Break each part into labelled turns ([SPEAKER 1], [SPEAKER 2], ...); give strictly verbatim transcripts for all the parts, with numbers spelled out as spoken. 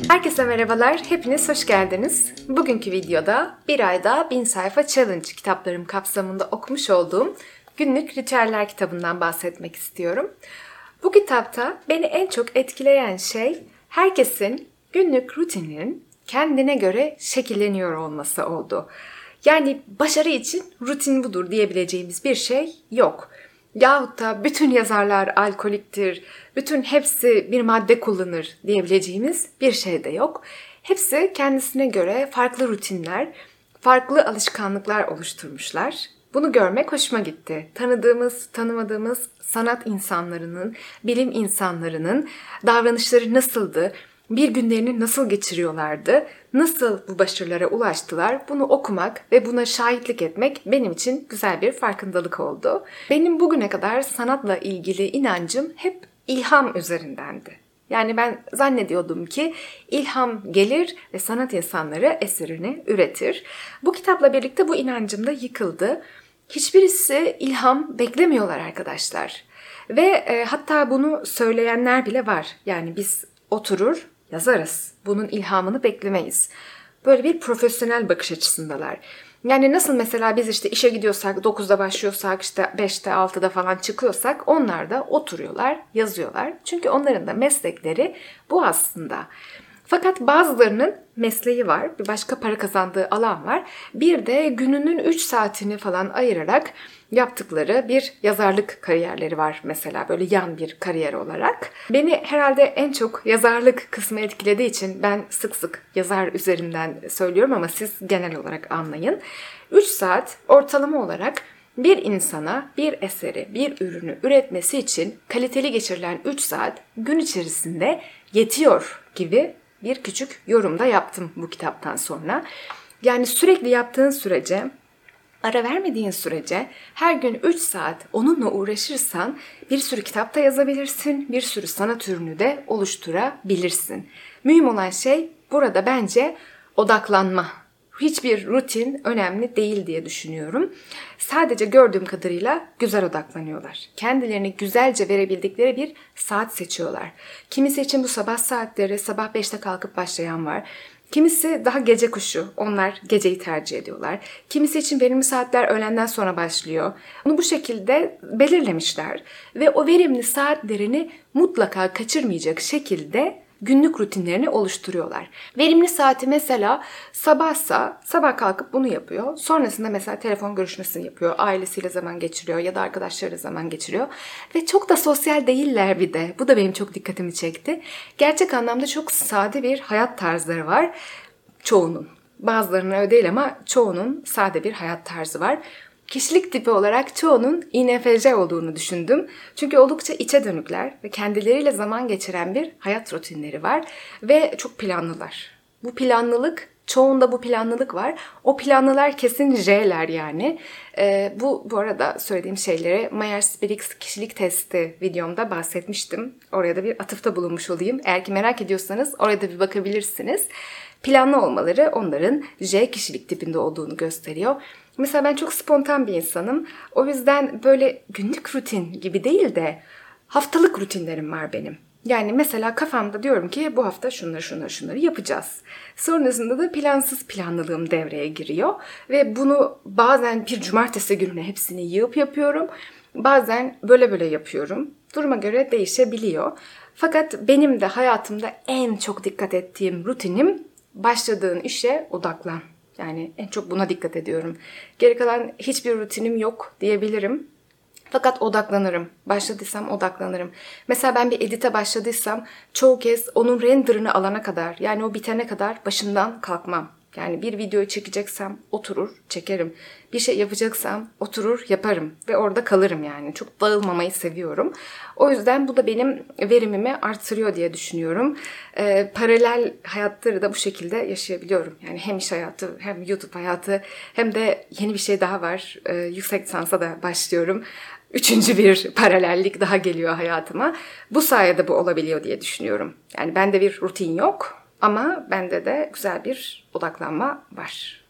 [SPEAKER 1] Herkese merhabalar, hepiniz hoş geldiniz. Bugünkü videoda bir ayda bin sayfa challenge kitaplarım kapsamında okumuş olduğum Günlük Ritüeller kitabından bahsetmek istiyorum. Bu kitapta beni en çok etkileyen şey herkesin günlük rutininin kendine göre şekilleniyor olması oldu. Yani başarı için rutin budur diyebileceğimiz bir şey yok. Yahut da bütün yazarlar alkoliktir, bütün hepsi bir madde kullanır diyebileceğimiz bir şey de yok. Hepsi kendisine göre farklı rutinler, farklı alışkanlıklar oluşturmuşlar. Bunu görmek hoşuma gitti. Tanıdığımız, tanımadığımız sanat insanlarının, bilim insanlarının davranışları nasıldı? Bir günlerini nasıl geçiriyorlardı? Nasıl bu başarılara ulaştılar? Bunu okumak ve buna şahitlik etmek benim için güzel bir farkındalık oldu. Benim bugüne kadar sanatla ilgili inancım hep ilham üzerindendi. Yani ben zannediyordum ki ilham gelir ve sanat insanları eserini üretir. Bu kitapla birlikte bu inancım da yıkıldı. Hiçbirisi ilham beklemiyorlar arkadaşlar. Ve e, hatta bunu söyleyenler bile var. Yani biz oturur, yazarız. Bunun ilhamını beklemeyiz. Böyle bir profesyonel bakış açısındalar. Yani nasıl mesela biz işte işe gidiyorsak, dokuzda başlıyorsak, işte beşte altıda falan çıkıyorsak onlar da oturuyorlar, yazıyorlar. Çünkü onların da meslekleri bu aslında. Fakat bazılarının mesleği var, bir başka para kazandığı alan var. Bir de gününün üç saatini falan ayırarak yaptıkları bir yazarlık kariyerleri var mesela, böyle yan bir kariyer olarak. Beni herhalde en çok yazarlık kısmı etkilediği için ben sık sık yazar üzerinden söylüyorum ama siz genel olarak anlayın. üç saat ortalama olarak bir insana bir eseri, bir ürünü üretmesi için kaliteli geçirilen üç saat gün içerisinde yetiyor gibi bir küçük yorum da yaptım bu kitaptan sonra. Yani sürekli yaptığın sürece, ara vermediğin sürece her gün üç saat onunla uğraşırsan bir sürü kitap da yazabilirsin, bir sürü sanat ürünü de oluşturabilirsin. Mühim olan şey burada bence odaklanma. Hiçbir rutin önemli değil diye düşünüyorum. Sadece gördüğüm kadarıyla güzel odaklanıyorlar. Kendilerini güzelce verebildikleri bir saat seçiyorlar. Kimisi için bu sabah saatleri, sabah beşte kalkıp başlayan var. Kimisi daha gece kuşu, onlar geceyi tercih ediyorlar. Kimisi için verimli saatler öğlenden sonra başlıyor. Bunu bu şekilde belirlemişler ve o verimli saatlerini mutlaka kaçırmayacak şekilde günlük rutinlerini oluşturuyorlar. Verimli saati mesela sabahsa sabah kalkıp bunu yapıyor. Sonrasında mesela telefon görüşmesini yapıyor. Ailesiyle zaman geçiriyor ya da arkadaşlarıyla zaman geçiriyor. Ve çok da sosyal değiller bir de. Bu da benim çok dikkatimi çekti. Gerçek anlamda çok sade bir hayat tarzları var. Çoğunun. Bazılarının öyle değil ama çoğunun sade bir hayat tarzı var. Kişilik tipi olarak çoğunun I N F J olduğunu düşündüm. Çünkü oldukça içe dönükler ve kendileriyle zaman geçiren bir hayat rutinleri var ve çok planlılar. Bu planlılık, çoğunda bu planlılık var. O planlılar kesin J'ler yani. Ee, bu bu arada söylediğim şeyleri Myers-Briggs kişilik testi videomda bahsetmiştim. Oraya da bir atıfta bulunmuş olayım. Eğer ki merak ediyorsanız oraya da bir bakabilirsiniz. Planlı olmaları onların J kişilik tipinde olduğunu gösteriyor. Mesela ben çok spontan bir insanım. O yüzden böyle günlük rutin gibi değil de haftalık rutinlerim var benim. Yani mesela kafamda diyorum ki bu hafta şunları şunları şunları yapacağız. Sonrasında da plansız planlılığım devreye giriyor. Ve bunu bazen bir cumartesi gününe hepsini yığıp yapıyorum. Bazen böyle böyle yapıyorum. Duruma göre değişebiliyor. Fakat benim de hayatımda en çok dikkat ettiğim rutinim başladığın işe odaklan. Yani en çok buna dikkat ediyorum. Geri kalan hiçbir rutinim yok diyebilirim. Fakat odaklanırım. Başladıysam odaklanırım. Mesela ben bir edite başladıysam çoğu kez onun renderını alana kadar, yani o bitene kadar başından kalkmam. Yani bir videoyu çekeceksem oturur çekerim. Bir şey yapacaksam oturur yaparım ve orada kalırım yani. Çok dağılmamayı seviyorum. O yüzden bu da benim verimimi artırıyor diye düşünüyorum. Ee, paralel hayatları da bu şekilde yaşayabiliyorum. Yani hem iş hayatı hem YouTube hayatı hem de yeni bir şey daha var. Ee, yüksek lisansa da başlıyorum. Üçüncü bir paralellik daha geliyor hayatıma. Bu sayede bu olabiliyor diye düşünüyorum. Yani bende bir rutin yok. Ama bende de güzel bir odaklanma var.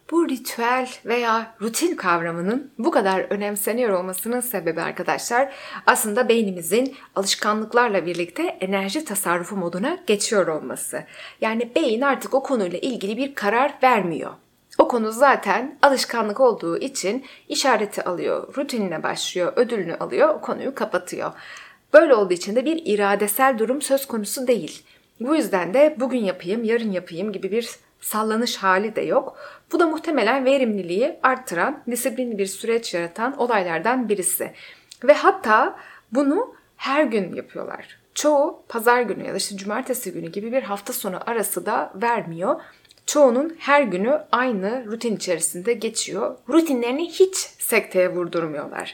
[SPEAKER 1] Bu ritüel veya rutin kavramının bu kadar önemseniyor olmasının sebebi arkadaşlar aslında beynimizin alışkanlıklarla birlikte enerji tasarrufu moduna geçiyor olması. Yani beyin artık o konuyla ilgili bir karar vermiyor. O konu zaten alışkanlık olduğu için işareti alıyor, rutinine başlıyor, ödülünü alıyor, o konuyu kapatıyor. Böyle olduğu için de bir iradesel durum söz konusu değil. Bu yüzden de bugün yapayım, yarın yapayım gibi bir sallanış hali de yok. Bu da muhtemelen verimliliği arttıran, disiplinli bir süreç yaratan olaylardan birisi. Ve hatta bunu her gün yapıyorlar. Çoğu pazar günü ya da işte cumartesi günü gibi bir hafta sonu arası da vermiyor. Çoğunun her günü aynı rutin içerisinde geçiyor. Rutinlerini hiç sekteye vurdurmuyorlar.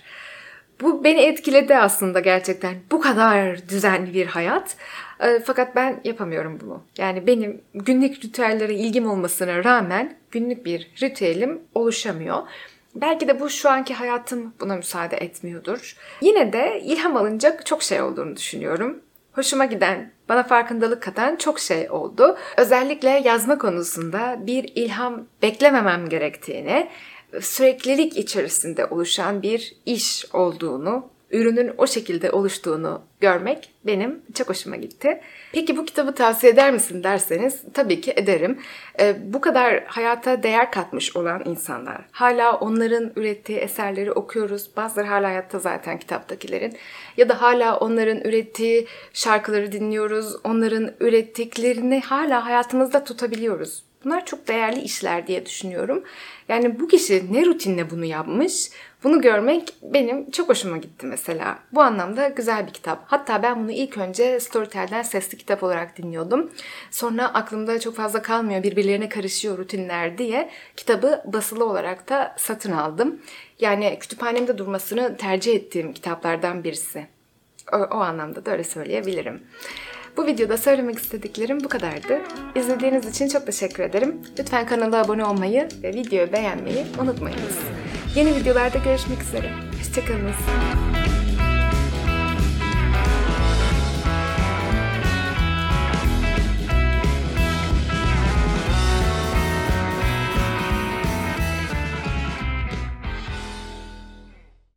[SPEAKER 1] Bu beni etkiledi aslında gerçekten. Bu kadar düzenli bir hayat. E, fakat ben yapamıyorum bunu. Yani benim günlük ritüellere ilgim olmasına rağmen günlük bir ritüelim oluşamıyor. Belki de bu şu anki hayatım buna müsaade etmiyordur. Yine de ilham alınacak çok şey olduğunu düşünüyorum. Hoşuma giden, bana farkındalık katan çok şey oldu. Özellikle yazma konusunda bir ilham beklememem gerektiğini, süreklilik içerisinde oluşan bir iş olduğunu, ürünün o şekilde oluştuğunu görmek benim çok hoşuma gitti. Peki bu kitabı tavsiye eder misin derseniz tabii ki ederim. Ee, bu kadar hayata değer katmış olan insanlar, hala onların ürettiği eserleri okuyoruz. Bazıları hala hayatta zaten kitaptakilerin. Ya da hala onların ürettiği şarkıları dinliyoruz. Onların ürettiklerini hala hayatımızda tutabiliyoruz. Bunlar çok değerli işler diye düşünüyorum. Yani bu kişi ne rutinle bunu yapmış, bunu görmek benim çok hoşuma gitti mesela. Bu anlamda güzel bir kitap. Hatta ben bunu ilk önce Storytel'den sesli kitap olarak dinliyordum. Sonra aklımda çok fazla kalmıyor, birbirlerine karışıyor rutinler diye kitabı basılı olarak da satın aldım. Yani kütüphanemde durmasını tercih ettiğim kitaplardan birisi. O, o anlamda da öyle söyleyebilirim. Bu videoda söylemek istediklerim bu kadardı. İzlediğiniz için çok teşekkür ederim. Lütfen kanala abone olmayı ve videoyu beğenmeyi unutmayınız. Yeni videolarda görüşmek üzere. Hoşçakalın.